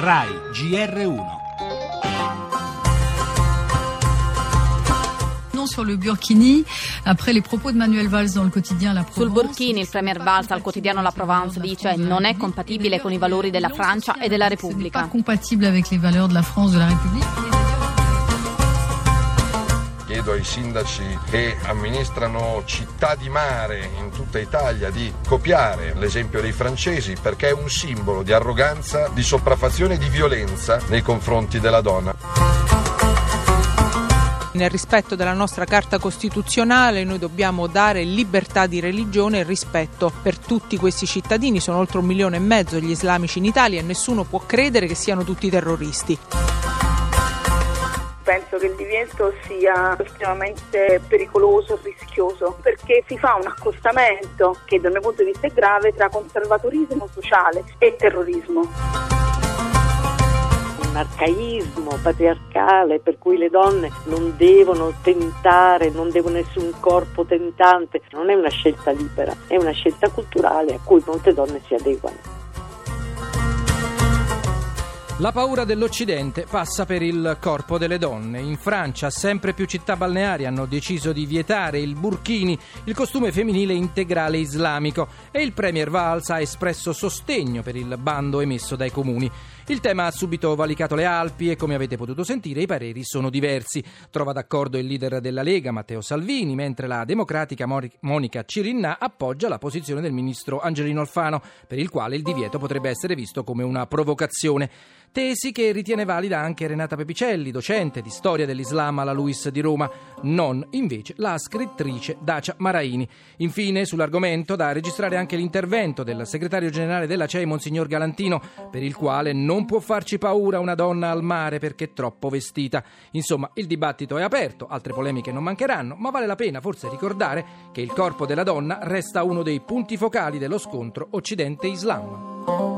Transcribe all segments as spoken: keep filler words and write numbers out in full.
Rai G R uno. Sur le Burkini, après les propos de Manuel Valls dans le quotidien La Provence. Sul Burkini il premier Valls al quotidiano La Provence dice: non è compatibile con i valori della Francia e della Repubblica. Pas compatibile avec les valeurs de la France, de la République. Chiedo ai sindaci che amministrano città di mare in tutta Italia di copiare l'esempio dei francesi, perché è un simbolo di arroganza, di sopraffazione e di violenza nei confronti della donna. Nel rispetto della nostra Carta Costituzionale noi dobbiamo dare libertà di religione e rispetto per tutti questi cittadini. Sono oltre un milione e mezzo gli islamici in Italia e nessuno può credere che siano tutti terroristi. Penso che il divieto sia estremamente pericoloso e rischioso, perché si fa un accostamento che dal mio punto di vista è grave tra conservatorismo sociale e terrorismo. Un arcaismo patriarcale per cui le donne non devono tentare, non devono essere un corpo tentante. Non è una scelta libera, è una scelta culturale a cui molte donne si adeguano. La paura dell'Occidente passa per il corpo delle donne. In Francia sempre più città balneari hanno deciso di vietare il burkini, il costume femminile integrale islamico, e il premier Valls ha espresso sostegno per il bando emesso dai comuni. Il tema ha subito valicato le Alpi e, come avete potuto sentire, i pareri sono diversi. Trova d'accordo il leader della Lega, Matteo Salvini, mentre la democratica Monica Cirinnà appoggia la posizione del ministro Angelino Alfano, per il quale il divieto potrebbe essere visto come una provocazione. Tesi che ritiene valida anche Renata Pepicelli, docente di storia dell'Islam alla LUISS di Roma, non invece la scrittrice Dacia Maraini. Infine, sull'argomento da registrare anche l'intervento del segretario generale della C E I, Monsignor Galantino, per il quale non può farci paura una donna al mare perché è troppo vestita. Insomma, il dibattito è aperto, altre polemiche non mancheranno, ma vale la pena forse ricordare che il corpo della donna resta uno dei punti focali dello scontro Occidente-Islam.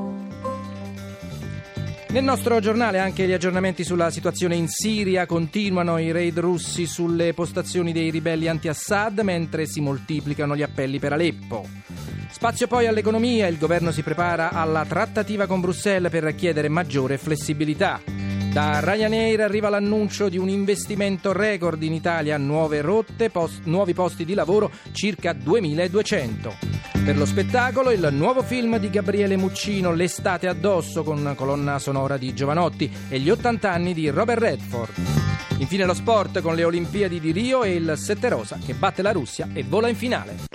Nel nostro giornale anche gli aggiornamenti sulla situazione in Siria. Continuano i raid russi sulle postazioni dei ribelli anti-Assad, mentre si moltiplicano gli appelli per Aleppo. Spazio poi all'economia. Il governo si prepara alla trattativa con Bruxelles per chiedere maggiore flessibilità. Da Ryanair arriva l'annuncio di un investimento record in Italia, nuove rotte, post, nuovi posti di lavoro, circa duemiladuecento. Per lo spettacolo, il nuovo film di Gabriele Muccino, L'estate addosso, con colonna sonora di Giovanotti, e gli ottanta anni di Robert Redford. Infine lo sport con le Olimpiadi di Rio e il Sette Rosa che batte la Russia e vola in finale.